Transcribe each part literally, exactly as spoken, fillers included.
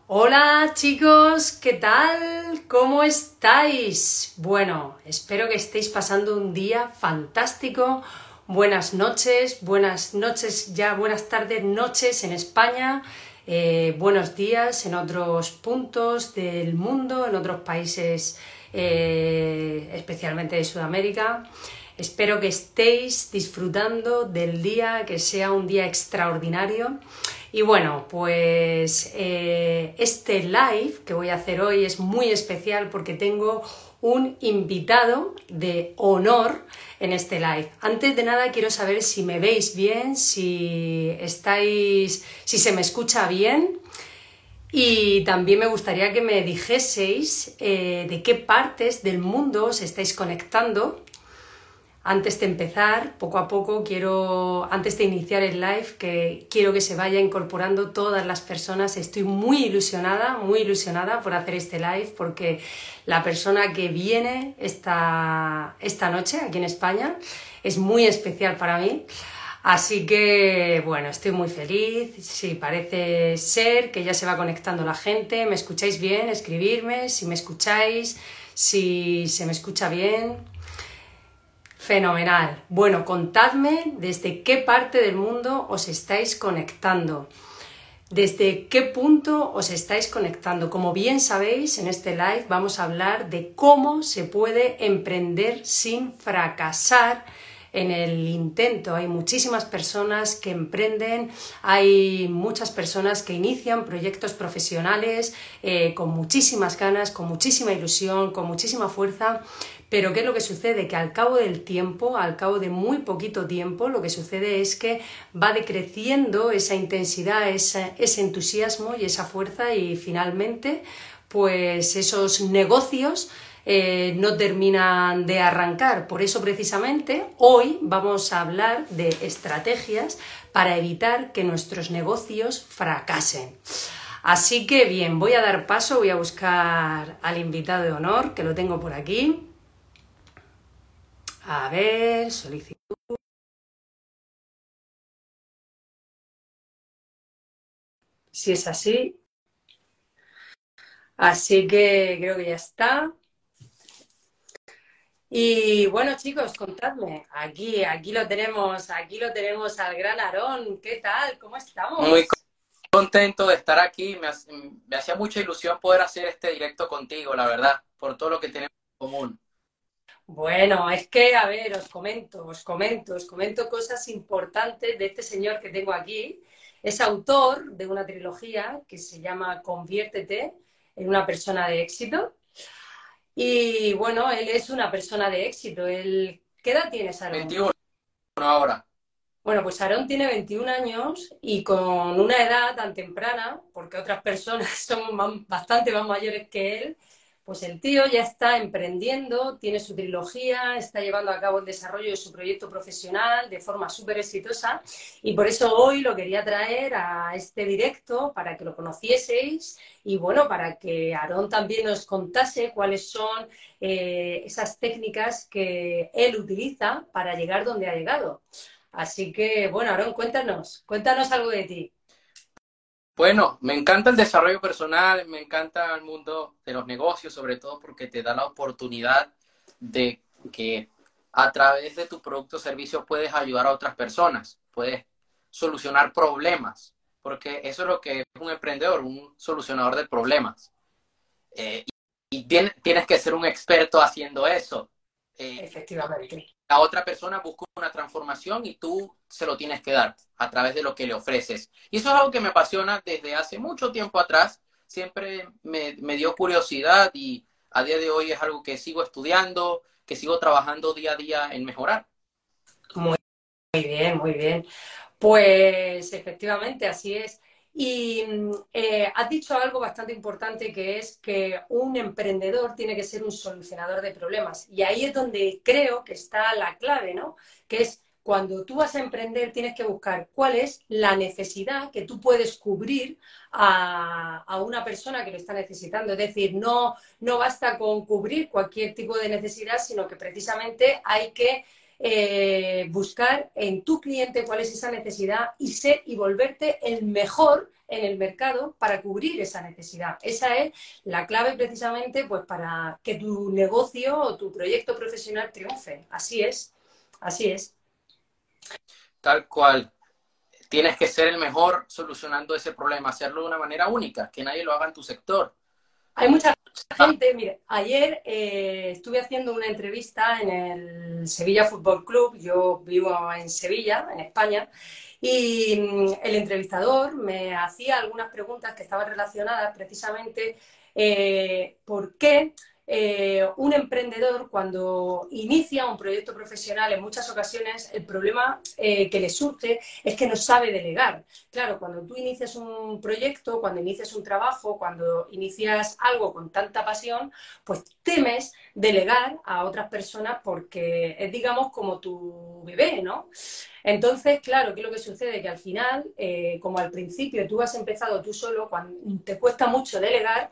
Hola chicos, ¿qué tal? ¿Cómo estáis? Bueno, espero que estéis pasando un día fantástico. Buenas noches, buenas noches ya, buenas tardes, noches en España. Eh, buenos días en otros puntos del mundo, en otros países, eh, especialmente de Sudamérica. Espero que estéis disfrutando del día, que sea un día extraordinario. Y bueno, pues eh, este live que voy a hacer hoy es muy especial porque tengo un invitado de honor en este live. Antes de nada quiero saber si me veis bien, si estáis, si se me escucha bien. Y también me gustaría que me dijeseis eh, de qué partes del mundo os estáis conectando. Antes de empezar, poco a poco, quiero, antes de iniciar el live, que quiero que se vaya incorporando todas las personas. Estoy muy ilusionada, muy ilusionada por hacer este live, porque la persona que viene esta, esta noche aquí en España es muy especial para mí. Así que, bueno, estoy muy feliz. Sí, parece ser que ya se va conectando la gente. ¿Me escucháis bien? Escribirme si me escucháis, si se me escucha bien. Fenomenal. Bueno, contadme desde qué parte del mundo os estáis conectando. ¿Desde qué punto os estáis conectando? Como bien sabéis, en este live vamos a hablar de cómo se puede emprender sin fracasar en el intento. Hay muchísimas personas que emprenden, hay muchas personas que inician proyectos profesionales eh, con muchísimas ganas, con muchísima ilusión, con muchísima fuerza. Pero ¿qué es lo que sucede? Que al cabo del tiempo, al cabo de muy poquito tiempo, lo que sucede es que va decreciendo esa intensidad, ese, ese entusiasmo y esa fuerza y finalmente pues esos negocios eh, no terminan de arrancar. Por eso precisamente hoy vamos a hablar de estrategias para evitar que nuestros negocios fracasen. Así que bien, voy a dar paso, voy a buscar al invitado de honor, que lo tengo por aquí. A ver, solicitud. Si es así. Así que creo que ya está. Y bueno, chicos, contadme. Aquí, aquí lo tenemos, aquí lo tenemos al gran Aarón. ¿Qué tal? ¿Cómo Muy estamos? contento de estar aquí. Me, me hacía mucha ilusión poder hacer este directo contigo, la verdad, por todo lo que tenemos en común. Bueno, es que, a ver, os comento, os comento, os comento cosas importantes de este señor que tengo aquí. Es autor de una trilogía que se llama Conviértete en una persona de éxito. Y bueno, él es una persona de éxito. Él... ¿Qué edad tienes, Aarón? veintiuno ahora. Bueno, pues Aarón tiene veintiún años y con una edad tan temprana, porque otras personas son más- bastante más mayores que él, pues el tío ya está emprendiendo, tiene su trilogía, está llevando a cabo el desarrollo de su proyecto profesional de forma súper exitosa y por eso hoy lo quería traer a este directo para que lo conocieseis y bueno, para que Aarón también nos contase cuáles son eh, esas técnicas que él utiliza para llegar donde ha llegado. Así que, bueno, Aarón, cuéntanos, cuéntanos algo de ti. Bueno, me encanta el desarrollo personal, me encanta el mundo de los negocios, sobre todo porque te da la oportunidad de que a través de tu producto o servicio puedes ayudar a otras personas, puedes solucionar problemas, porque eso es lo que es un emprendedor, un solucionador de problemas. Eh, y y tien, tienes que ser un experto haciendo eso. Eh, Efectivamente. la otra persona busca una transformación y tú se lo tienes que dar a través de lo que le ofreces. Y eso es algo que me apasiona desde hace mucho tiempo atrás. Siempre me, me dio curiosidad y a día de hoy es algo que sigo estudiando, que sigo trabajando día a día en mejorar. Muy bien, muy bien. Pues efectivamente, así es. Y mm, eh, has dicho algo bastante importante que es que un emprendedor tiene que ser un solucionador de problemas. Y ahí es donde creo que está la clave, ¿no? Que es cuando tú vas a emprender tienes que buscar cuál es la necesidad que tú puedes cubrir a, a una persona que lo está necesitando. Es decir, no, no basta con cubrir cualquier tipo de necesidad, sino que precisamente hay que eh, buscar en tu cliente cuál es esa necesidad y ser y volverte el mejor en el mercado para cubrir esa necesidad. Esa es la clave precisamente pues, para que tu negocio o tu proyecto profesional triunfe. Así es, así es. Tal cual. Tienes que ser el mejor solucionando ese problema, hacerlo de una manera única, que nadie lo haga en tu sector. Hay mucha gente, mire, ayer eh, estuve haciendo una entrevista en el Sevilla Fútbol Club, yo vivo en Sevilla, en España, y mm, el entrevistador me hacía algunas preguntas que estaban relacionadas precisamente eh, por qué eh, un emprendedor cuando inicia un proyecto profesional en muchas ocasiones el problema eh, que le surge es que no sabe delegar. Claro, cuando tú inicias un proyecto, cuando inicias un trabajo, cuando inicias algo con tanta pasión, pues temes delegar a otras personas porque es, digamos, como tu bebé, ¿no? Entonces, claro, ¿qué es lo que sucede? Que al final, eh, como al principio tú has empezado tú solo, cuando te cuesta mucho delegar,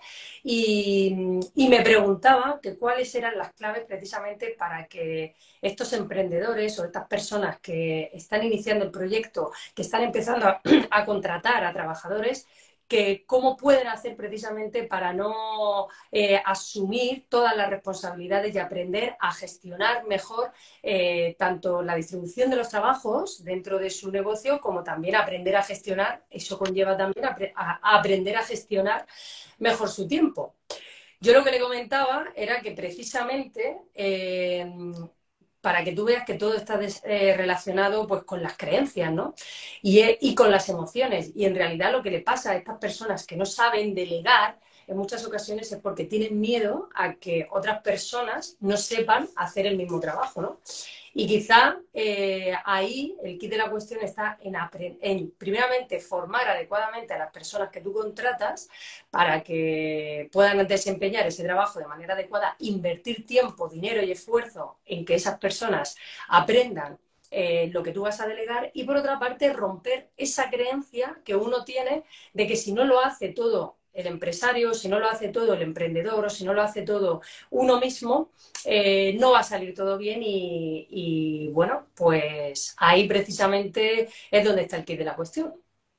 y, y me preguntaba que cuáles eran las claves precisamente para que estos emprendedores o estas personas que están iniciando el proyecto, que están empezando a, a contratar a trabajadores, que cómo pueden hacer precisamente para no eh, asumir todas las responsabilidades y aprender a gestionar mejor eh, tanto la distribución de los trabajos dentro de su negocio como también aprender a gestionar, eso conlleva también a, a, a aprender a gestionar mejor su tiempo. Yo lo que le comentaba era que precisamente eh, para que tú veas que todo está des, eh, relacionado pues, con las creencias, ¿no? Y, eh, y con las emociones. Y en realidad lo que le pasa a estas personas que no saben delegar en muchas ocasiones es porque tienen miedo a que otras personas no sepan hacer el mismo trabajo, ¿no? Y quizá eh, ahí el kit de la cuestión está en, en, primeramente, formar adecuadamente a las personas que tú contratas para que puedan desempeñar ese trabajo de manera adecuada, invertir tiempo, dinero y esfuerzo en que esas personas aprendan eh, lo que tú vas a delegar y, por otra parte, romper esa creencia que uno tiene de que si no lo hace todo el empresario, si no lo hace todo el emprendedor o si no lo hace todo uno mismo, eh, no va a salir todo bien y, y, bueno, pues ahí precisamente es donde está el quid de la cuestión.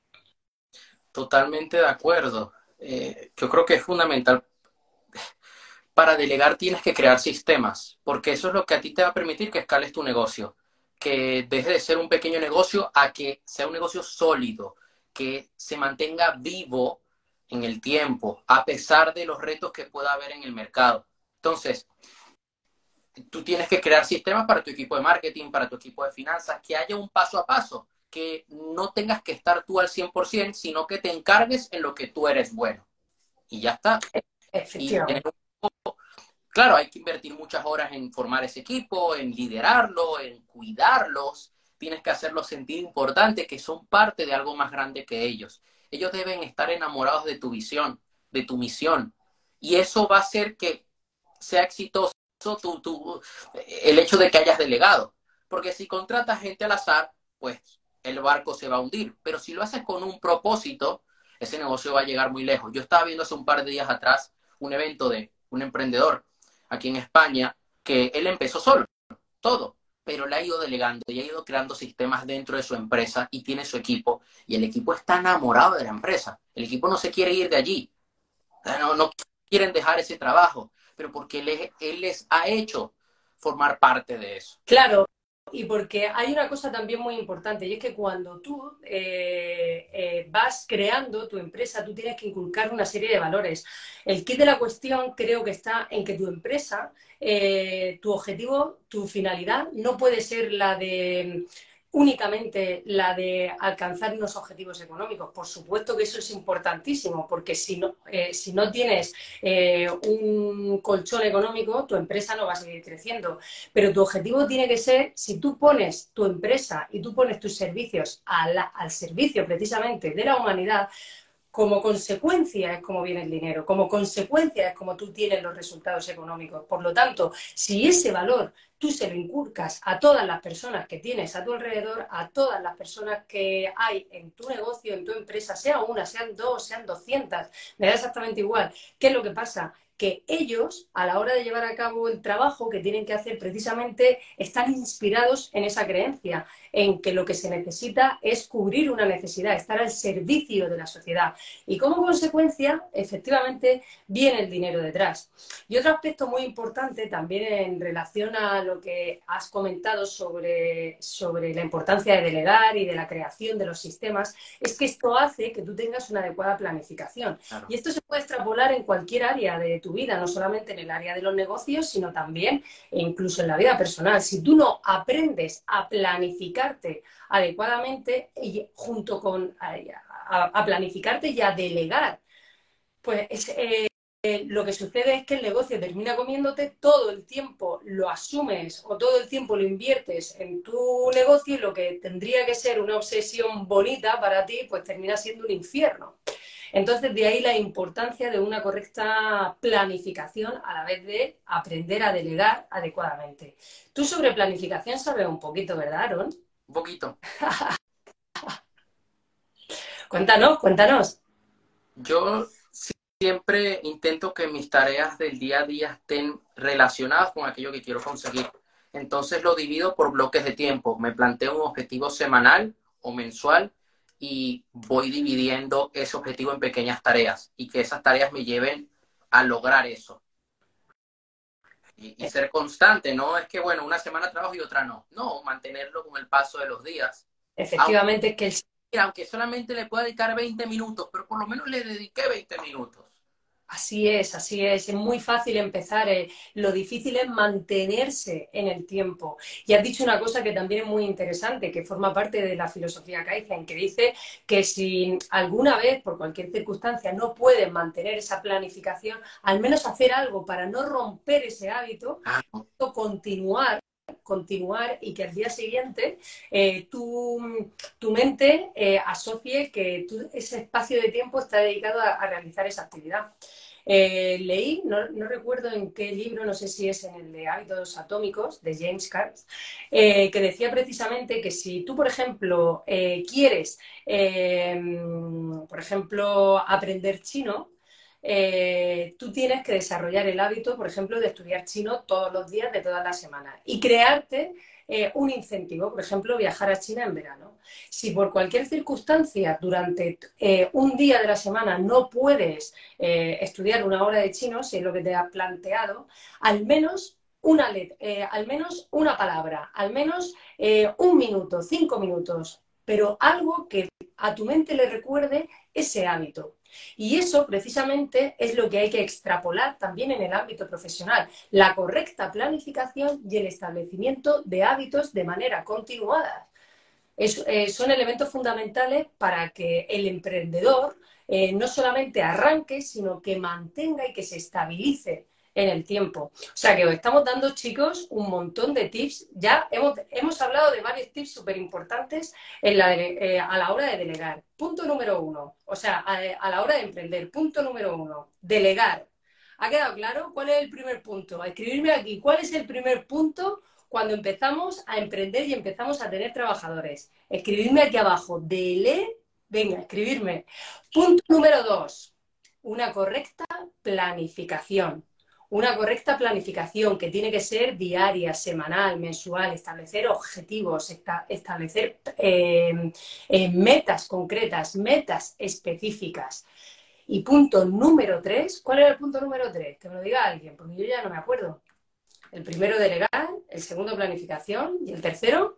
Totalmente de acuerdo. Eh, yo creo que es fundamental. Para delegar tienes que crear sistemas, porque eso es lo que a ti te va a permitir que escales tu negocio, que deje de ser un pequeño negocio a que sea un negocio sólido, que se mantenga vivo en el tiempo, a pesar de los retos que pueda haber en el mercado. Entonces, tú tienes que crear sistemas para tu equipo de marketing, para tu equipo de finanzas, que haya un paso a paso, que no tengas que estar tú al cien por ciento, sino que te encargues en lo que tú eres bueno. Y ya está. Y Efectivamente. claro, hay que invertir muchas horas en formar ese equipo, en liderarlo, en cuidarlos. Tienes que hacerlos sentir importante, que son parte de algo más grande que ellos. Ellos deben estar enamorados de tu visión, de tu misión. Y eso va a hacer que sea exitoso tu, tu, el hecho de que hayas delegado. Porque si contratas gente al azar, pues el barco se va a hundir. Pero si lo haces con un propósito, ese negocio va a llegar muy lejos. Yo estaba viendo hace un par de días atrás un evento de un emprendedor aquí en España, que él empezó solo, todo, pero le ha ido delegando y ha ido creando sistemas dentro de su empresa y tiene su equipo, y el equipo está enamorado de la empresa. El equipo no se quiere ir de allí, no, no quieren dejar ese trabajo, pero porque él, él les ha hecho formar parte de eso. Claro. Y porque hay una cosa también muy importante, y es que cuando tú eh, eh, vas creando tu empresa, tú tienes que inculcar una serie de valores. El kit de la cuestión creo que está en que tu empresa, eh, tu objetivo, tu finalidad, no puede ser la de únicamente la de alcanzar unos objetivos económicos. Por supuesto que eso es importantísimo, porque si no, eh, si no tienes eh, un colchón económico, tu empresa no va a seguir creciendo. Pero tu objetivo tiene que ser, si tú pones tu empresa y tú pones tus servicios a la, al servicio precisamente de la humanidad, como consecuencia es como viene el dinero, como consecuencia es como tú tienes los resultados económicos. Por lo tanto, si ese valor tú se lo inculcas a todas las personas que tienes a tu alrededor, a todas las personas que hay en tu negocio, en tu empresa, sea una, sean dos, sean doscientas, me da exactamente igual. ¿Qué es lo que pasa? Que ellos, a la hora de llevar a cabo el trabajo que tienen que hacer, precisamente están inspirados en esa creencia, en que lo que se necesita es cubrir una necesidad, estar al servicio de la sociedad. Y como consecuencia, efectivamente, viene el dinero detrás. Y otro aspecto muy importante también en relación a lo que has comentado sobre, sobre la importancia de delegar y de la creación de los sistemas, es que esto hace que tú tengas una adecuada planificación. Claro. Y esto se puede extrapolar en cualquier área de tu vida, no solamente en el área de los negocios, sino también e incluso en la vida personal. Si tú no aprendes a planificarte adecuadamente y junto con a, a, a planificarte y a delegar, pues es, eh, eh, lo que sucede es que el negocio termina comiéndote, todo el tiempo lo asumes o todo el tiempo lo inviertes en tu negocio y lo que tendría que ser una obsesión bonita para ti, pues termina siendo un infierno. Entonces, de ahí la importancia de una correcta planificación a la vez de aprender a delegar adecuadamente. Tú sobre planificación sabes un poquito, ¿verdad, Aaron? Un poquito. Cuéntanos, cuéntanos. Yo siempre intento que mis tareas del día a día estén relacionadas con aquello que quiero conseguir. Entonces lo divido por bloques de tiempo. Me planteo un objetivo semanal o mensual y voy dividiendo ese objetivo en pequeñas tareas y que esas tareas me lleven a lograr eso. Y, y ser constante, no es que, bueno, una semana trabajo y otra no. No, mantenerlo con el paso de los días. Efectivamente, es que el Aunque solamente le pueda dedicar veinte minutos, pero por lo menos le dediqué veinte minutos. Así es, así es. Es muy fácil empezar. Eh, lo difícil es mantenerse en el tiempo. Y has dicho una cosa que también es muy interesante, que forma parte de la filosofía Kaizen, que dice que si alguna vez, por cualquier circunstancia, no puedes mantener esa planificación, al menos hacer algo para no romper ese hábito, Ah, continuar continuar y que al día siguiente eh, tu, tu mente eh, asocie que tú, ese espacio de tiempo está dedicado a, a realizar esa actividad. Eh, leí, no, no, recuerdo en qué libro, no sé si es en el de Hábitos Atómicos, de James Clear, eh, que decía precisamente que si tú, por ejemplo, eh, quieres, eh, por ejemplo, aprender chino, eh, tú tienes que desarrollar el hábito, por ejemplo, de estudiar chino todos los días de toda la semana y crearte eh, un incentivo, por ejemplo, viajar a China en verano. Si por cualquier circunstancia durante eh, un día de la semana no puedes eh, estudiar una hora de chino, si es lo que te has planteado, al menos una letra, eh, al menos una palabra, al menos eh, un minuto, cinco minutos, pero algo que a tu mente le recuerde ese hábito. Y eso precisamente es lo que hay que extrapolar también en el ámbito profesional, la correcta planificación y el establecimiento de hábitos de manera continuada. Es, eh, son elementos fundamentales para que el emprendedor eh, no solamente arranque, sino que mantenga y que se estabilice en el tiempo. O sea que os estamos dando, chicos, un montón de tips. Ya hemos, hemos hablado de varios tips súper importantes eh, a la hora de delegar. Punto número uno, o sea, a, a la hora de emprender. Punto número uno, delegar. ¿Ha quedado claro cuál es el primer punto? Escribirme aquí, ¿cuál es el primer punto cuando empezamos a emprender y empezamos a tener trabajadores? Escribirme aquí abajo, dele, venga, escribirme. Punto número dos, una correcta planificación. Una correcta planificación que tiene que ser diaria, semanal, mensual, establecer objetivos, esta, establecer eh, eh, metas concretas, metas específicas. Y punto número tres, ¿cuál era el punto número tres? Que me lo diga alguien, porque yo ya no me acuerdo. El primero, delegar, el segundo, planificación, y el tercero...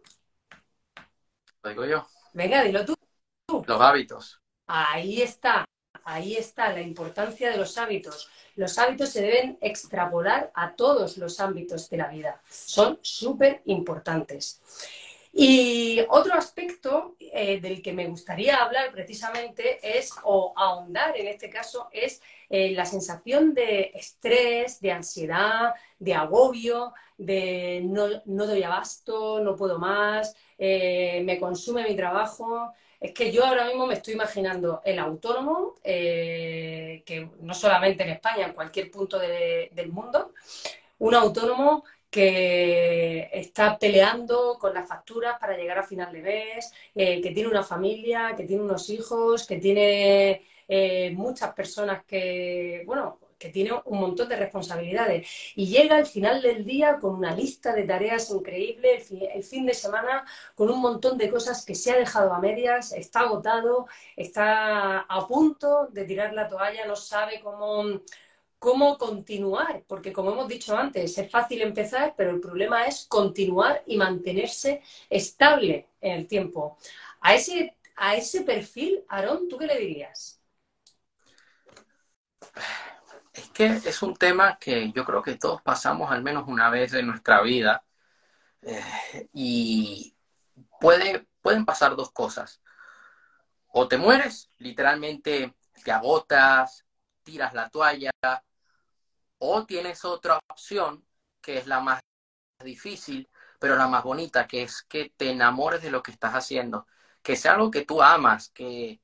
Lo digo yo. Venga, dilo tú. Los hábitos. Ahí está, ahí está la importancia de los hábitos. Los hábitos se deben extrapolar a todos los ámbitos de la vida. Son súper importantes. Y otro aspecto eh, del que me gustaría hablar precisamente es, o ahondar en este caso, es eh, la sensación de estrés, de ansiedad, de agobio, de no, no doy abasto, no puedo más, eh, me consume mi trabajo. Es que yo ahora mismo me estoy imaginando el autónomo, eh, que no solamente en España, en cualquier punto de, del mundo, un autónomo que está peleando con las facturas para llegar a final de mes, eh, que tiene una familia, que tiene unos hijos, que tiene eh, muchas personas que, bueno, que tiene un montón de responsabilidades. Y llega al final del día con una lista de tareas increíble, el fin, el fin de semana con un montón de cosas que se ha dejado a medias, está agotado, está a punto de tirar la toalla, no sabe cómo cómo continuar, porque como hemos dicho antes, es fácil empezar, pero el problema es continuar y mantenerse estable en el tiempo. A ese, a ese perfil, Aarón, ¿tú qué le dirías? Es que es un tema que yo creo que todos pasamos al menos una vez en nuestra vida, eh, y puede, pueden pasar dos cosas. O te mueres, literalmente te agotas, tiras la toalla, o tienes otra opción que es la más difícil, pero la más bonita, que es que te enamores de lo que estás haciendo, que sea algo que tú amas, que,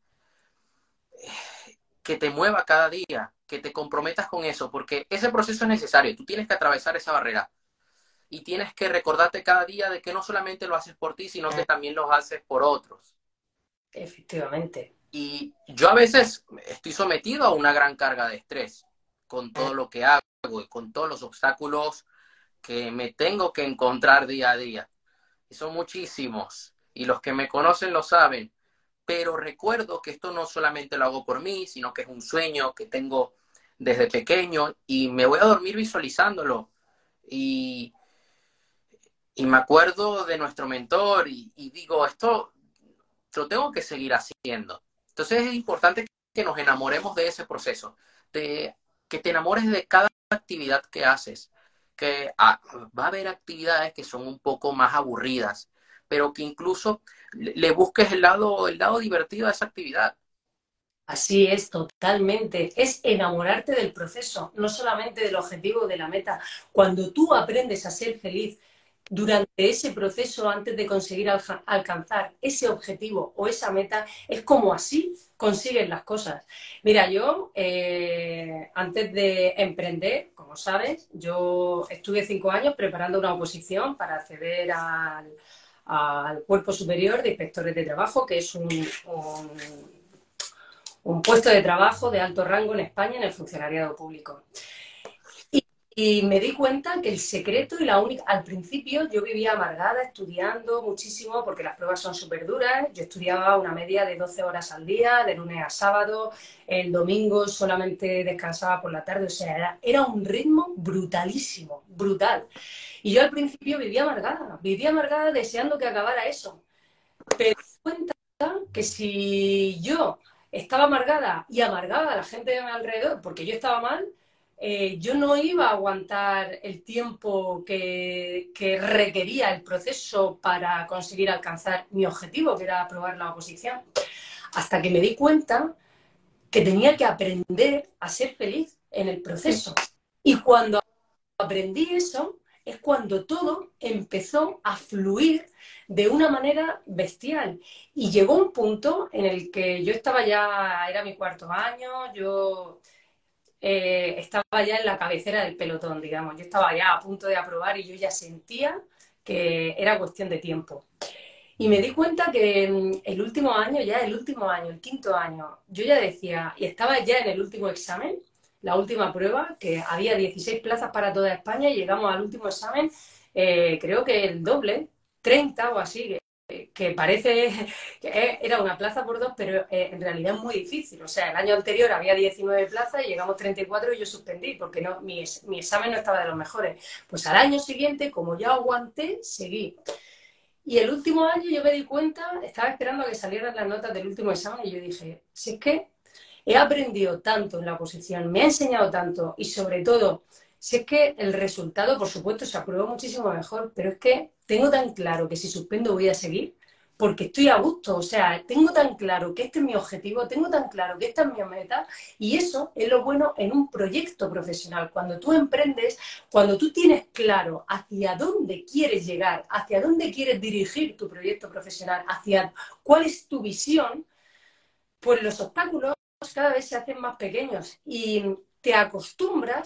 que te mueva cada día, que te comprometas con eso, porque ese proceso es necesario, tú tienes que atravesar esa barrera y tienes que recordarte cada día de que no solamente lo haces por ti, sino que también lo haces por otros. Efectivamente. Y yo a veces estoy sometido a una gran carga de estrés con todo lo que hago y con todos los obstáculos que me tengo que encontrar día a día. Y son muchísimos. Y los que me conocen lo saben. Pero recuerdo que esto no solamente lo hago por mí, sino que es un sueño que tengo desde pequeño y me voy a dormir visualizándolo. Y, y me acuerdo de nuestro mentor y, y digo, esto lo tengo que seguir haciendo. Entonces es importante que nos enamoremos de ese proceso, de que te enamores de cada actividad que haces, que ah, va a haber actividades que son un poco más aburridas, pero que incluso le, le busques el lado, el lado divertido a esa actividad. Así es, totalmente. Es enamorarte del proceso, no solamente del objetivo, de la meta. Cuando tú aprendes a ser feliz durante ese proceso, antes de conseguir alja- alcanzar ese objetivo o esa meta, es como así consigues las cosas. Mira, yo eh, antes de emprender, como sabes, yo estuve cinco años preparando una oposición para acceder al, al Cuerpo Superior de Inspectores de Trabajo, que es un, un un puesto de trabajo de alto rango en España en el funcionariado público. Y, y me di cuenta que el secreto y la única... Al principio yo vivía amargada, estudiando muchísimo, porque las pruebas son súper duras. Yo estudiaba una media de doce horas al día, de lunes a sábado. El domingo solamente descansaba por la tarde. O sea, era, era un ritmo brutalísimo, brutal. Y yo al principio vivía amargada, vivía amargada deseando que acabara eso. Pero me di cuenta que si yo estaba amargada y amargaba a la gente de mi alrededor porque yo estaba mal, eh, yo no iba a aguantar el tiempo que, que requería el proceso para conseguir alcanzar mi objetivo, que era aprobar la oposición. Hasta que me di cuenta que tenía que aprender a ser feliz en el Sí. proceso. Y cuando aprendí eso, es cuando todo empezó a fluir de una manera bestial. Y llegó un punto en el que yo estaba ya, era mi cuarto año, yo eh, estaba ya en la cabecera del pelotón, digamos. Yo estaba ya a punto de aprobar y yo ya sentía que era cuestión de tiempo. Y me di cuenta que mm, el último año, ya el último año, el quinto año, yo ya decía, y estaba ya en el último examen, la última prueba, que había dieciséis plazas para toda España y llegamos al último examen, eh, creo que el doble, treinta o así, que, que parece que era una plaza por dos, pero eh, en realidad es muy difícil. O sea, el año anterior había diecinueve plazas y llegamos treinta y cuatro y yo suspendí porque no, mi, mi examen no estaba de los mejores. Pues al año siguiente, como ya aguanté, seguí. Y el último año yo me di cuenta, estaba esperando a que salieran las notas del último examen y yo dije, si es que he aprendido tanto en la oposición, me ha enseñado tanto y sobre todo, si es que el resultado, por supuesto, se aprueba muchísimo mejor, pero es que tengo tan claro que si suspendo voy a seguir porque estoy a gusto, o sea, tengo tan claro que este es mi objetivo, tengo tan claro que esta es mi meta y eso es lo bueno en un proyecto profesional. Cuando tú emprendes, cuando tú tienes claro hacia dónde quieres llegar, hacia dónde quieres dirigir tu proyecto profesional, hacia cuál es tu visión, pues los obstáculos cada vez se hacen más pequeños y te acostumbras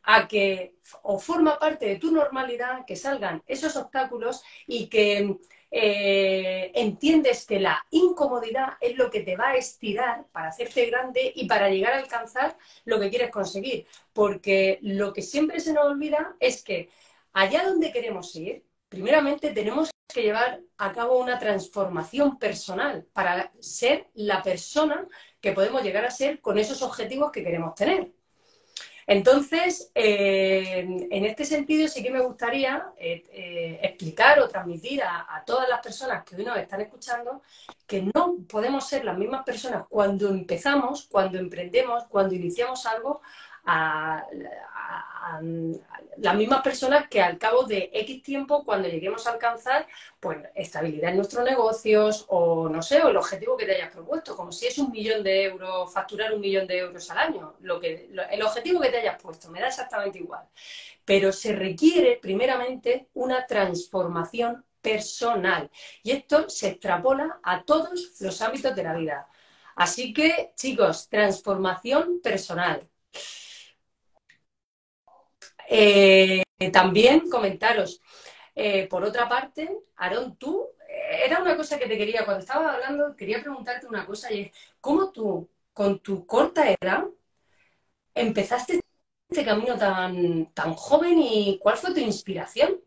a que, o forma parte de tu normalidad, que salgan esos obstáculos y que eh, entiendes que la incomodidad es lo que te va a estirar para hacerte grande y para llegar a alcanzar lo que quieres conseguir. Porque lo que siempre se nos olvida es que allá donde queremos ir, primeramente tenemos que llevar a cabo una transformación personal para ser la persona que podemos llegar a ser con esos objetivos que queremos tener. Entonces, eh, en este sentido sí que me gustaría eh, eh, explicar o transmitir a, a todas las personas que hoy nos están escuchando que no podemos ser las mismas personas cuando empezamos, cuando emprendemos, cuando iniciamos algo, a, a, a las mismas personas que al cabo de X tiempo, cuando lleguemos a alcanzar pues estabilidad en nuestros negocios o no sé, o el objetivo que te hayas propuesto, como si es un millón de euros, facturar un millón de euros al año, lo que, lo, el objetivo que te hayas puesto, me da exactamente igual. Pero se requiere primeramente una transformación personal y esto se extrapola a todos los ámbitos de la vida. Así que, chicos, transformación personal. Eh, también comentaros, eh, por otra parte, Aarón, tú, eh, era una cosa que te quería, cuando estaba hablando, quería preguntarte una cosa y es, ¿cómo tú, con tu corta edad, empezaste este camino tan, tan joven y cuál fue tu inspiración?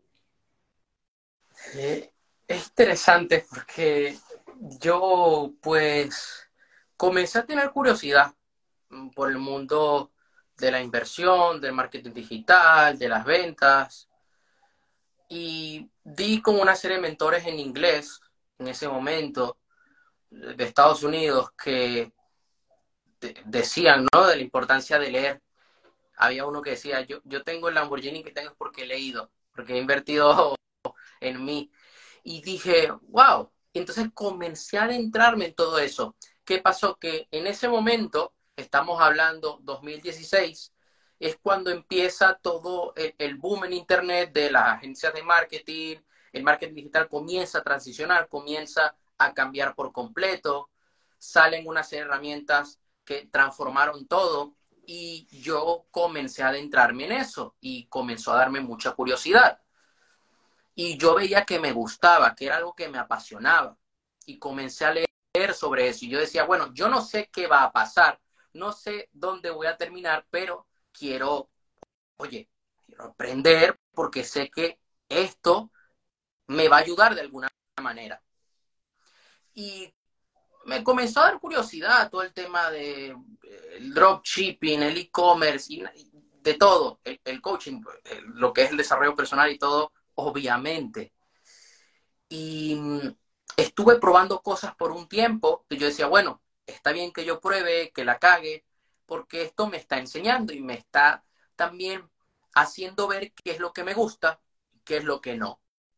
Eh, es interesante porque yo, pues, comencé a tener curiosidad mm, por el mundo de la inversión, del marketing digital, de las ventas, y di con una serie de mentores en inglés en ese momento de Estados Unidos que de- decían, ¿no? De la importancia de leer. Había uno que decía, yo, yo tengo el Lamborghini que tengo es porque he leído, porque he invertido en mí. Y dije, wow. Y entonces comencé a adentrarme en todo eso. ¿Qué pasó? Que en ese momento, estamos hablando dos mil dieciséis, es cuando empieza todo el, el boom en Internet de las agencias de marketing, el marketing digital comienza a transicionar, comienza a cambiar por completo, salen unas herramientas que transformaron todo y yo comencé a adentrarme en eso y comenzó a darme mucha curiosidad. Y yo veía que me gustaba, que era algo que me apasionaba. Y comencé a leer sobre eso. Y yo decía, bueno, yo no sé qué va a pasar, no sé dónde voy a terminar, pero quiero, oye, quiero aprender porque sé que esto me va a ayudar de alguna manera. Y me comenzó a dar curiosidad todo el tema de eh, el dropshipping, el e-commerce, y de todo, el, el coaching, el, lo que es el desarrollo personal y todo, obviamente. Y mm, estuve probando cosas por un tiempo y yo decía, bueno, está bien que yo pruebe, que la cague, porque esto me está enseñando y me está también haciendo ver qué es lo que me gusta y qué es lo que no.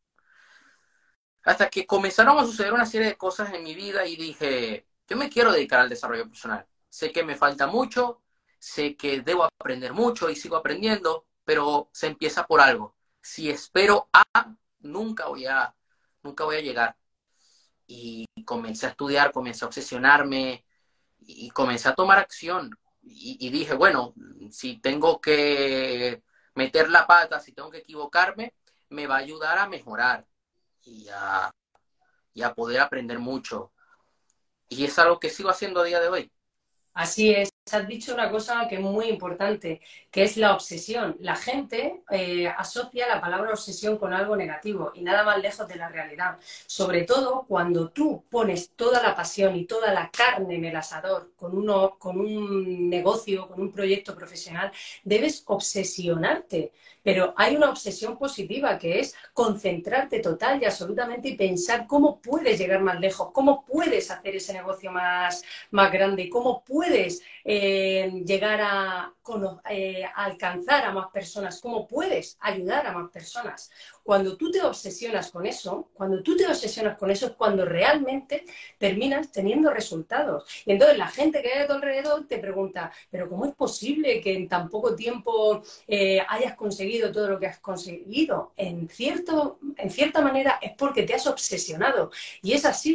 Hasta que comenzaron a suceder una serie de cosas en mi vida y dije, yo me quiero dedicar al desarrollo personal. Sé que me falta mucho, sé que debo aprender mucho y sigo aprendiendo, pero se empieza por algo. Si espero a, nunca voy a, nunca voy a llegar. Y comencé a estudiar, comencé a obsesionarme y comencé a tomar acción. Y, y dije, bueno, si tengo que meter la pata, si tengo que equivocarme, me va a ayudar a mejorar y a, y a poder aprender mucho. Y es algo que sigo haciendo a día de hoy. Así es, has dicho una cosa que es muy importante, que es la obsesión. La gente eh, asocia la palabra obsesión con algo negativo y nada más lejos de la realidad. Sobre todo cuando tú pones toda la pasión y toda la carne en el asador con, uno, con un negocio, con un proyecto profesional, debes obsesionarte. Pero hay una obsesión positiva que es concentrarte total y absolutamente y pensar cómo puedes llegar más lejos, cómo puedes hacer ese negocio más más grande, cómo puedes eh, llegar a, eh, a alcanzar a más personas, cómo puedes ayudar a más personas. Cuando tú te obsesionas con eso, cuando tú te obsesionas con eso es cuando realmente terminas teniendo resultados. Y entonces la gente que hay a tu alrededor te pregunta, pero ¿cómo es posible que en tan poco tiempo eh, hayas conseguido todo lo que has conseguido? En, cierto, en cierta manera es porque te has obsesionado. Y es así.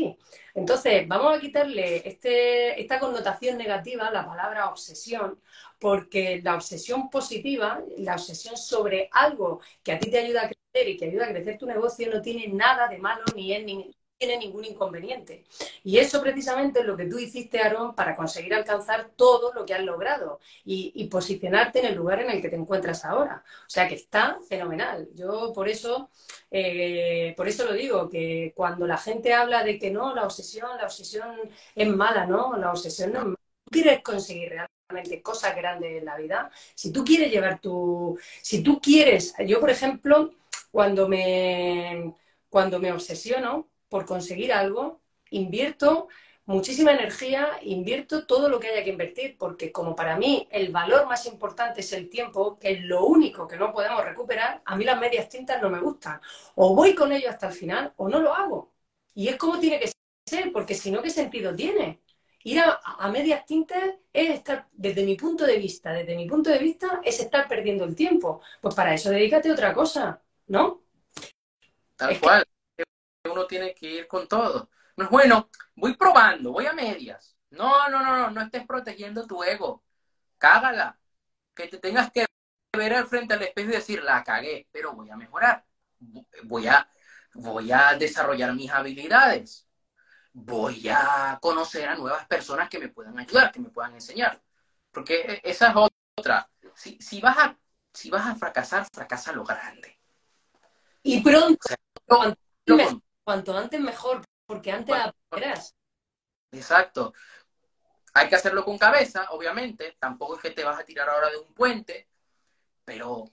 Entonces, vamos a quitarle este, esta connotación negativa a la palabra obsesión, porque la obsesión positiva, la obsesión sobre algo que a ti te ayuda a crecer y que ayuda a crecer tu negocio, no tiene nada de malo ni es ni tiene ningún inconveniente. Y eso precisamente es lo que tú hiciste, Aarón, para conseguir alcanzar todo lo que has logrado y, y posicionarte en el lugar en el que te encuentras ahora. O sea que está fenomenal. Yo por eso, eh, por eso lo digo, que cuando la gente habla de que no, la obsesión, la obsesión es mala, ¿no? La obsesión no es mala. Tú quieres conseguir realmente cosas grandes en la vida, si tú quieres llevar tu... Si tú quieres... Yo, por ejemplo, cuando me, cuando me obsesiono por conseguir algo, invierto muchísima energía, invierto todo lo que haya que invertir, porque como para mí el valor más importante es el tiempo, que es lo único que no podemos recuperar, a mí las medias tintas no me gustan. O voy con ello hasta el final o no lo hago. Y es como tiene que ser, porque si no, ¿qué sentido tiene? Ir a, a medias tintas es estar, desde mi punto de vista, desde mi punto de vista, es estar perdiendo el tiempo. Pues para eso dedícate a otra cosa, ¿no? Tal Es que cual. Uno tiene que ir con todo. No es bueno, voy probando, voy a medias. No, no, no, no, no estés protegiendo tu ego. Cágala. Que te tengas que ver al frente al espejo y decir, la cagué, pero voy a mejorar. Voy a, voy a desarrollar mis habilidades. Voy a conocer a nuevas personas que me puedan ayudar, que me puedan enseñar. Porque esa es otra. Si, si, vas, a, si vas a fracasar, fracasa lo grande. y pronto, O sea, cuanto, lo, antes, lo, cuanto antes mejor, porque antes aprenderás. exacto. Hay que hacerlo con cabeza, obviamente. Tampoco es que te vas a tirar ahora de un puente, pero,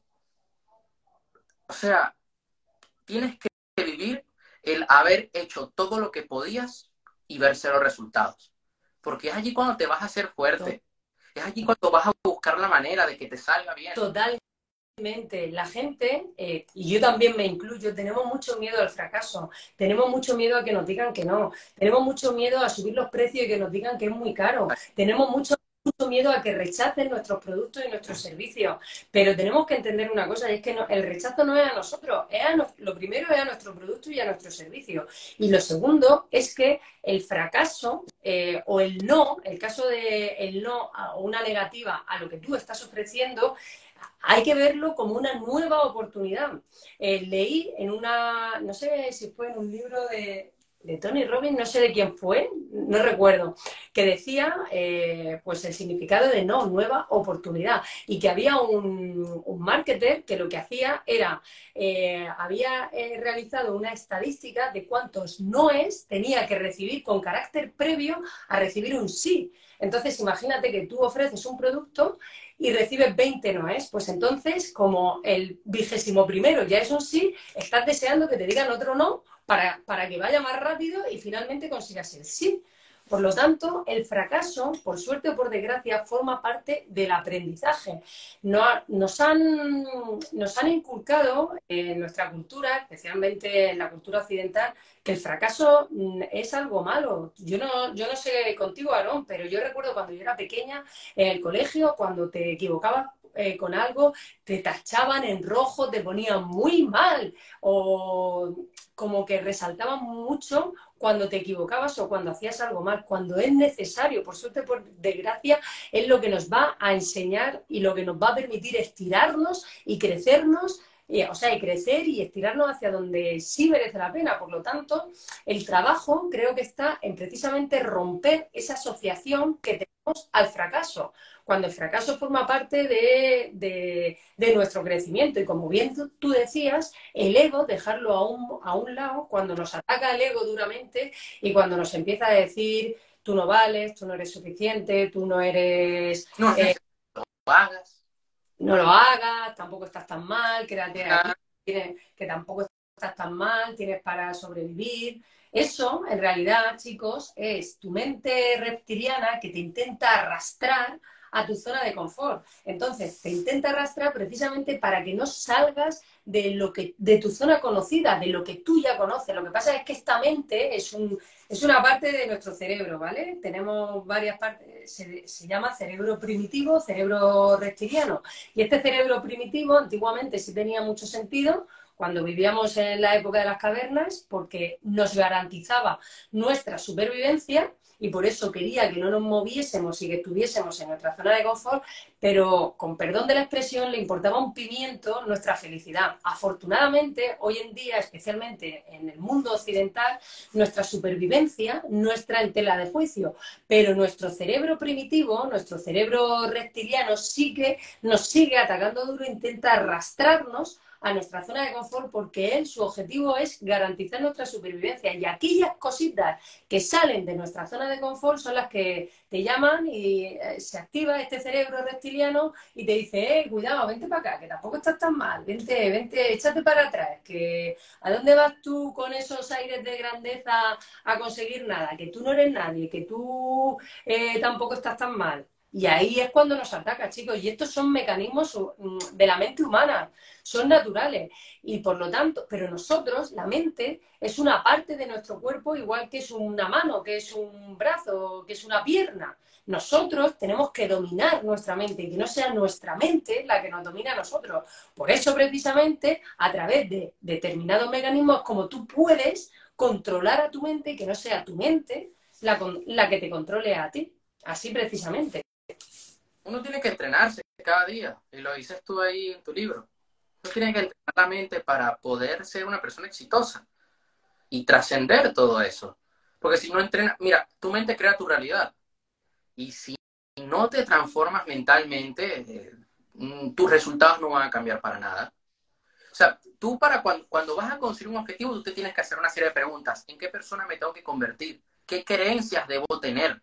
o sea, tienes que vivir el haber hecho todo lo que podías y verse los resultados. Porque es allí cuando te vas a hacer fuerte. Es allí cuando vas a buscar la manera de que te salga bien. Totalmente. La gente, eh, y yo también me incluyo, tenemos mucho miedo al fracaso, tenemos mucho miedo a que nos digan que no, tenemos mucho miedo a subir los precios y que nos digan que es muy caro, tenemos mucho, mucho miedo a que rechacen nuestros productos y nuestros servicios, pero tenemos que entender una cosa, y es que no, el rechazo no es a nosotros, es a no, lo primero es a nuestro producto y a nuestro servicio, y lo segundo es que el fracaso eh, o el no, el caso de el no o una negativa a lo que tú estás ofreciendo, hay que verlo como una nueva oportunidad. Eh, leí en una, no sé si fue en un libro de, de Tony Robbins, no sé de quién fue, no recuerdo, que decía eh, pues el significado de no, nueva oportunidad, y que había un, un marketer que lo que hacía era, eh, había eh, realizado una estadística de cuántos noes tenía que recibir con carácter previo a recibir un sí. Entonces, imagínate que tú ofreces un producto y recibes veinte noes, pues entonces, como el vigésimo primero ya es un sí, estás deseando que te digan otro no para, para que vaya más rápido y finalmente consigas el sí. Por lo tanto, el fracaso, por suerte o por desgracia, forma parte del aprendizaje. No, nos, han, nos han inculcado en nuestra cultura, especialmente en la cultura occidental, que el fracaso es algo malo. Yo no, yo no sé contigo, Aarón, pero yo recuerdo cuando yo era pequeña en el colegio, cuando te equivocabas eh, con algo, te tachaban en rojo, te ponían muy mal o como que resaltaban mucho cuando te equivocabas o cuando hacías algo mal, cuando es necesario, por suerte, por desgracia, es lo que nos va a enseñar y lo que nos va a permitir estirarnos y crecernos, y, o sea, y crecer y estirarnos hacia donde sí merece la pena. Por lo tanto, el trabajo creo que está en precisamente romper esa asociación que tenemos al fracaso, cuando el fracaso forma parte de, de, de nuestro crecimiento. Y como bien tú, tú decías, el ego, dejarlo a un, a un lado, cuando nos ataca el ego duramente y cuando nos empieza a decir, tú no vales, tú no eres suficiente, tú no eres... No es Eh, necesario que lo hagas. no lo hagas, tampoco estás tan mal, quédate aquí, Ah, tienes, que tampoco estás tan mal, tienes para sobrevivir. Eso, en realidad, chicos, es tu mente reptiliana que te intenta arrastrar a tu zona de confort. Entonces, te intenta arrastrar precisamente para que no salgas de lo que, de tu zona conocida, de lo que tú ya conoces. Lo que pasa es que esta mente es un, es una parte de nuestro cerebro, ¿vale? Tenemos varias partes, se, se llama cerebro primitivo, cerebro reptiliano. Y este cerebro primitivo antiguamente sí tenía mucho sentido cuando vivíamos en la época de las cavernas, porque nos garantizaba nuestra supervivencia y por eso quería que no nos moviésemos y que estuviésemos en nuestra zona de confort, pero con perdón de la expresión le importaba un pimiento nuestra felicidad. Afortunadamente, hoy en día, especialmente en el mundo occidental, nuestra supervivencia no está en tela de juicio, pero nuestro cerebro primitivo, nuestro cerebro reptiliano sí que nos sigue atacando duro, intenta arrastrarnos a nuestra zona de confort porque él, su objetivo es garantizar nuestra supervivencia y aquellas cositas que salen de nuestra zona de confort son las que te llaman y eh, se activa este cerebro reptiliano y te dice, eh, cuidado, vente para acá, que tampoco estás tan mal, vente, vente, échate para atrás, que ¿a dónde vas tú con esos aires de grandeza a conseguir nada? Que tú no eres nadie, que tú eh, tampoco estás tan mal. Y ahí es cuando nos ataca, chicos. Y estos son mecanismos de la mente humana, son naturales. Y por lo tanto, pero nosotros, la mente, es una parte de nuestro cuerpo, igual que es una mano, que es un brazo, que es una pierna. Nosotros tenemos que dominar nuestra mente y que no sea nuestra mente la que nos domina a nosotros. Por eso, precisamente, a través de determinados mecanismos, como tú puedes controlar a tu mente y que no sea tu mente la, la que te controle a ti. Así precisamente. Uno tiene que entrenarse cada día, y lo dices tú ahí en tu libro. Uno tiene que entrenar la mente para poder ser una persona exitosa y trascender todo eso. Porque si no entrenas, mira, tu mente crea tu realidad. Y si no te transformas mentalmente, eh, tus resultados no van a cambiar para nada. O sea, tú para cuando, cuando vas a conseguir un objetivo, tú te tienes que hacer una serie de preguntas. ¿En qué persona me tengo que convertir? ¿Qué creencias debo tener?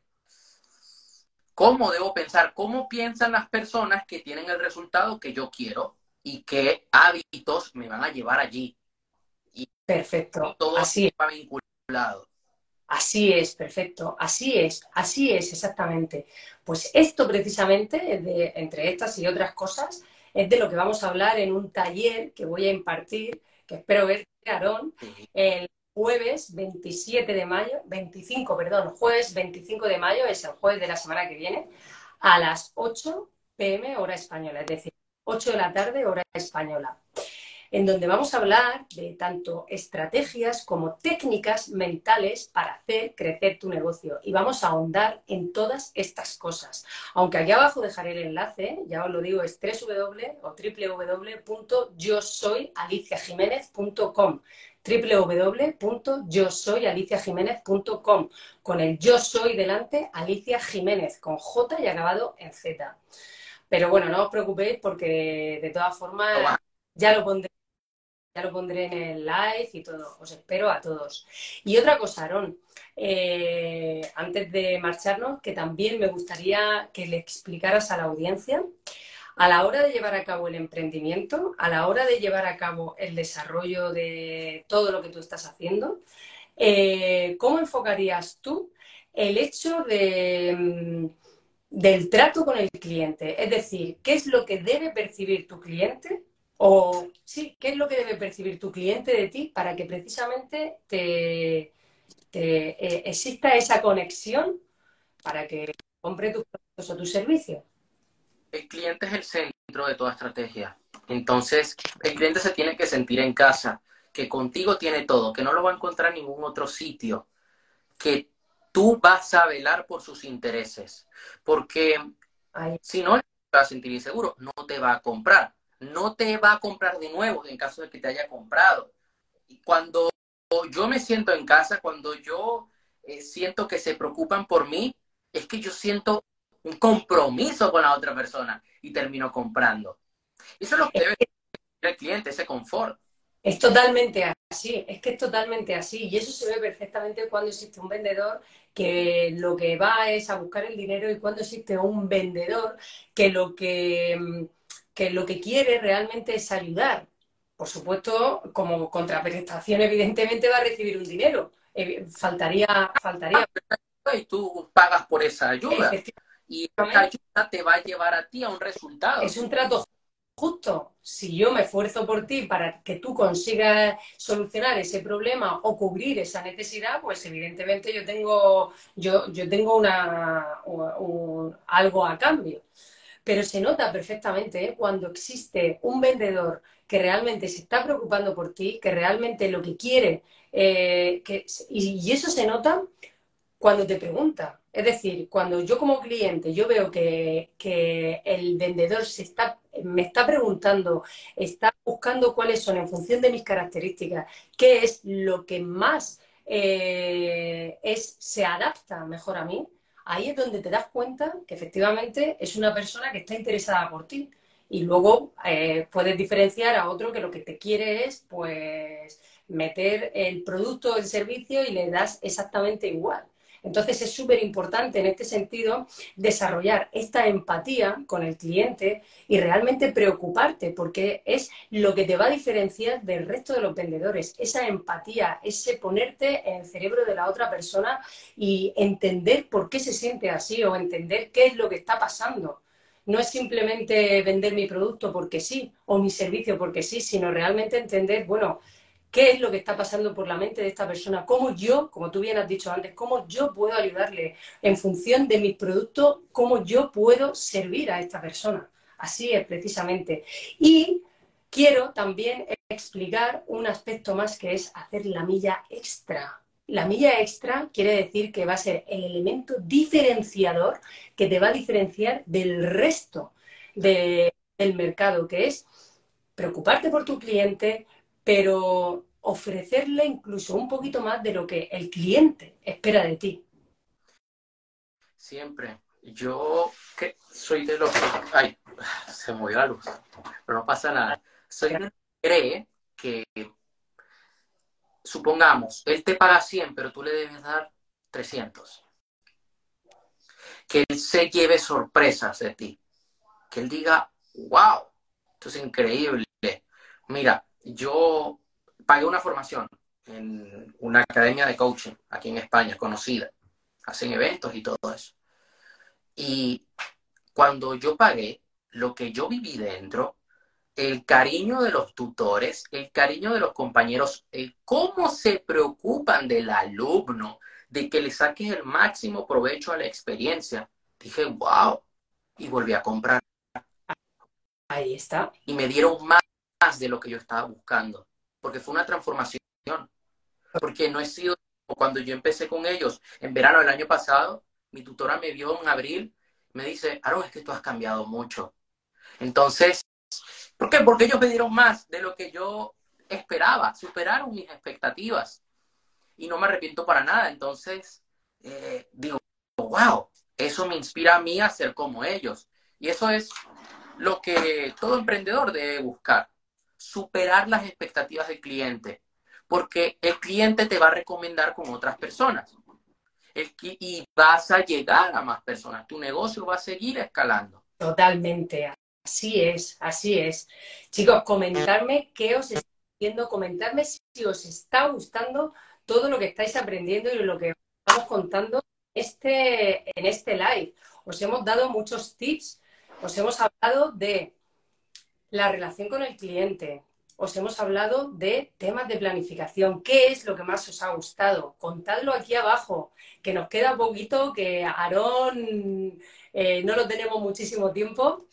¿Cómo debo pensar? ¿Cómo piensan las personas que tienen el resultado que yo quiero? ¿Y qué hábitos me van a llevar allí? Y perfecto, todo así es. va vinculado. Así es, perfecto, así es, así es, exactamente. Pues esto precisamente, de, entre estas y otras cosas, es de lo que vamos a hablar en un taller que voy a impartir, que espero verte, Aarón, Sí. el jueves veintisiete de mayo, veinticinco, perdón, jueves veinticinco de mayo, es el jueves de la semana que viene, a las ocho pe eme hora española, es decir, ocho de la tarde hora española, en donde vamos a hablar de tanto estrategias como técnicas mentales para hacer crecer tu negocio. Y vamos a ahondar en todas estas cosas. Aunque aquí abajo dejaré el enlace, ya os lo digo, es www o w w w punto yo soy alicia jiménez punto com w w w punto yo soy alicia jiménez punto com, con el yo soy delante, Alicia Jiménez, con J y acabado en Z. Pero bueno, no os preocupéis porque de todas formas ya lo pondré. Ya lo pondré en el live y todo. Os espero a todos. Y otra cosa, Aarón, eh, antes de marcharnos, que también me gustaría que le explicaras a la audiencia, a la hora de llevar a cabo el emprendimiento, a la hora de llevar a cabo el desarrollo de todo lo que tú estás haciendo, eh, ¿cómo enfocarías tú el hecho de, mm, del trato con el cliente? Es decir, ¿qué es lo que debe percibir tu cliente? O sí, ¿qué es lo que debe percibir tu cliente de ti para que precisamente te, te eh, exista esa conexión para que compre tus productos o tus servicios? El cliente es el centro de toda estrategia. Entonces, el cliente se tiene que sentir en casa, que contigo tiene todo, que no lo va a encontrar en ningún otro sitio, que tú vas a velar por sus intereses. Porque Ay, si no, te va a sentir inseguro, no te va a comprar. No te va a comprar de nuevo en caso de que te haya comprado. Y cuando yo me siento en casa, cuando yo eh, siento que se preocupan por mí, es que yo siento un compromiso con la otra persona y termino comprando. Eso es lo que debe tener el cliente, ese confort. es totalmente así, es que es totalmente así. Y eso se ve perfectamente cuando existe un vendedor que lo que va es a buscar el dinero y cuando existe un vendedor que lo que, que, lo que quiere realmente es ayudar. Por supuesto, como contraprestación, evidentemente va a recibir un dinero. Eh, faltaría, faltaría. Y tú pagas por esa ayuda. Y esa Efectivamente, ayuda te va a llevar a ti a un resultado. es un trato justo. Si yo me esfuerzo por ti para que tú consigas solucionar ese problema o cubrir esa necesidad, pues evidentemente yo tengo, yo, yo tengo una, un, algo a cambio. Pero se nota perfectamente, ¿eh? Cuando existe un vendedor que realmente se está preocupando por ti, que realmente lo que quiere, eh, que, y, y eso se nota cuando te pregunta. Es decir, cuando yo como cliente yo veo que, que el vendedor se está, me está preguntando, está buscando cuáles son en función de mis características, qué es lo que más eh, es, se adapta mejor a mí, ahí es donde te das cuenta que efectivamente es una persona que está interesada por ti. Y luego eh, puedes diferenciar a otro que lo que te quiere es, pues, meter el producto o el servicio y le das exactamente igual. Entonces es súper importante en este sentido desarrollar esta empatía con el cliente y realmente preocuparte porque es lo que te va a diferenciar del resto de los vendedores, esa empatía, ese ponerte en el cerebro de la otra persona y entender por qué se siente así o entender qué es lo que está pasando. No es simplemente vender mi producto porque sí o mi servicio porque sí, sino realmente entender, bueno, qué es lo que está pasando por la mente de esta persona, cómo yo, como tú bien has dicho antes, cómo yo puedo ayudarle en función de mis productos, cómo yo puedo servir a esta persona. Así es, precisamente. Y quiero también explicar un aspecto más que es hacer la milla extra. La milla extra quiere decir que va a ser el elemento diferenciador que te va a diferenciar del resto de, del mercado, que es preocuparte por tu cliente, pero ofrecerle incluso un poquito más de lo que el cliente espera de ti. Siempre. Yo que soy de los que... Ay, se movió la luz, pero no pasa nada. Soy de los que cree que, supongamos, él te paga cien, pero tú le debes dar trescientos. Que él se lleve sorpresas de ti. Que él diga, wow, esto es increíble. Mira, yo pagué una formación en una academia de coaching aquí en España, conocida. Hacen eventos y todo eso. Y cuando yo pagué, lo que yo viví dentro, el cariño de los tutores, el cariño de los compañeros, el cómo se preocupan del alumno, de que le saques el máximo provecho a la experiencia. Dije, wow, y volví a comprar. Ahí está. Y me dieron más de lo que yo estaba buscando, porque fue una transformación, porque no he sido cuando yo empecé con ellos en verano del año pasado, mi tutora me vio en abril, me dice, Aaron, es que tú has cambiado mucho. Entonces, ¿por qué? Porque ellos me dieron más de lo que yo esperaba, superaron mis expectativas y no me arrepiento para nada. Entonces, eh, digo, wow, eso me inspira a mí a ser como ellos. Y eso es lo que todo emprendedor debe buscar, superar las expectativas del cliente, porque el cliente te va a recomendar con otras personas el, y vas a llegar a más personas, tu negocio va a seguir escalando. Totalmente. Así es, así es. Chicos, comentarme qué os está haciendo, comentarme si os está gustando todo lo que estáis aprendiendo y lo que os estamos contando este, en este live. Os hemos dado muchos tips, os hemos hablado de la relación con el cliente, os hemos hablado de temas de planificación. ¿Qué es lo que más os ha gustado? Contadlo aquí abajo, que nos queda poquito, que Aarón eh, no lo tenemos muchísimo tiempo.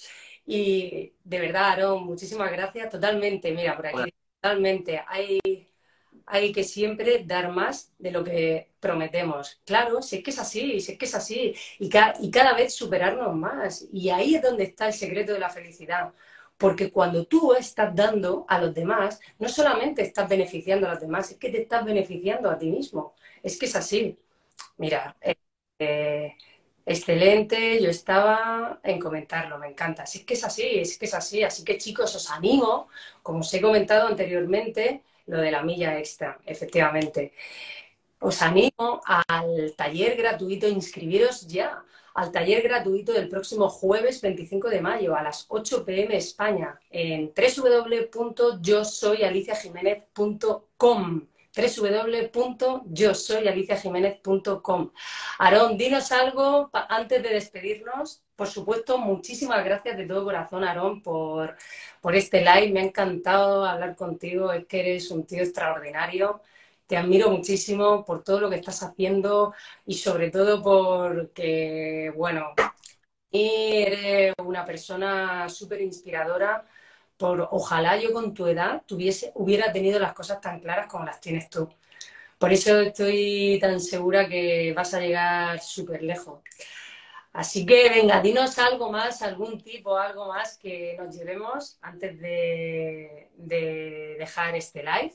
Y de verdad, Aarón, muchísimas gracias. Totalmente, mira, por aquí, totalmente. Hay, hay que siempre dar más de lo que prometemos. Claro, si es que es así, si es que es así. Y, ca y cada vez superarnos más. Y ahí es donde está el secreto de la felicidad. Porque cuando tú estás dando a los demás, no solamente estás beneficiando a los demás, es que te estás beneficiando a ti mismo. Es que es así. Mira, eh, eh, excelente, yo estaba en comentarlo, me encanta. Sí, es que es así, es que es así. Así que chicos, os animo, como os he comentado anteriormente, lo de la milla extra, efectivamente. Os animo al taller gratuito, inscribiros ya al taller gratuito del próximo jueves veinticinco de mayo a las ocho pe eme España en w w w punto yo soy alicia jiménez punto com. w w w punto yo soy alicia jiménez punto com. Aarón, dinos algo antes de despedirnos. Por supuesto, muchísimas gracias de todo corazón, Aarón, por, por este live. Me ha encantado hablar contigo. Es que eres un tío extraordinario. Te admiro muchísimo por todo lo que estás haciendo y sobre todo porque, bueno, eres una persona súper inspiradora. Por, ojalá yo con tu edad tuviese, hubiera tenido las cosas tan claras como las tienes tú. Por eso estoy tan segura que vas a llegar súper lejos. Así que venga, dinos algo más, algún tipo, algo más que nos llevemos antes de, de dejar este live.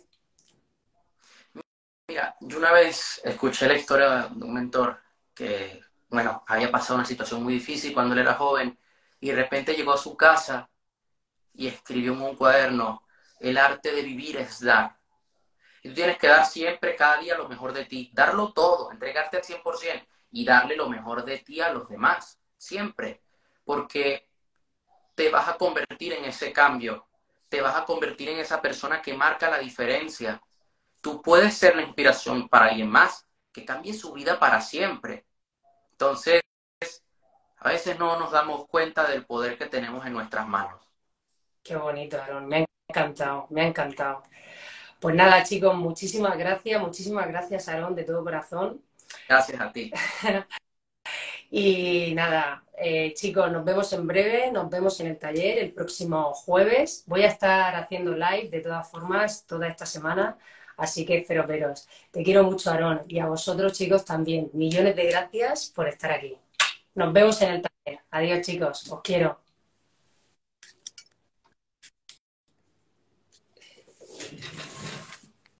Mira, yo una vez escuché la historia de un mentor que, bueno, había pasado una situación muy difícil cuando él era joven y de repente llegó a su casa y escribió en un cuaderno: el arte de vivir es dar. Y tú tienes que dar siempre, cada día, lo mejor de ti. Darlo todo, entregarte al cien por ciento y darle lo mejor de ti a los demás. Siempre. Porque te vas a convertir en ese cambio. Te vas a convertir en esa persona que marca la diferencia. Tú puedes ser la inspiración para alguien más que cambie su vida para siempre. Entonces, a veces no nos damos cuenta del poder que tenemos en nuestras manos. Qué bonito, Aaron. Me ha encantado, me ha encantado. Pues nada, chicos, muchísimas gracias, muchísimas gracias, Aaron, de todo corazón. Gracias a ti. Y nada, eh, chicos, nos vemos en breve, nos vemos en el taller el próximo jueves. Voy a estar haciendo live de todas formas toda esta semana, así que espero veros. Te quiero mucho, Aarón, y a vosotros, chicos, también. Millones de gracias por estar aquí. Nos vemos en el taller. Adiós, chicos, os quiero.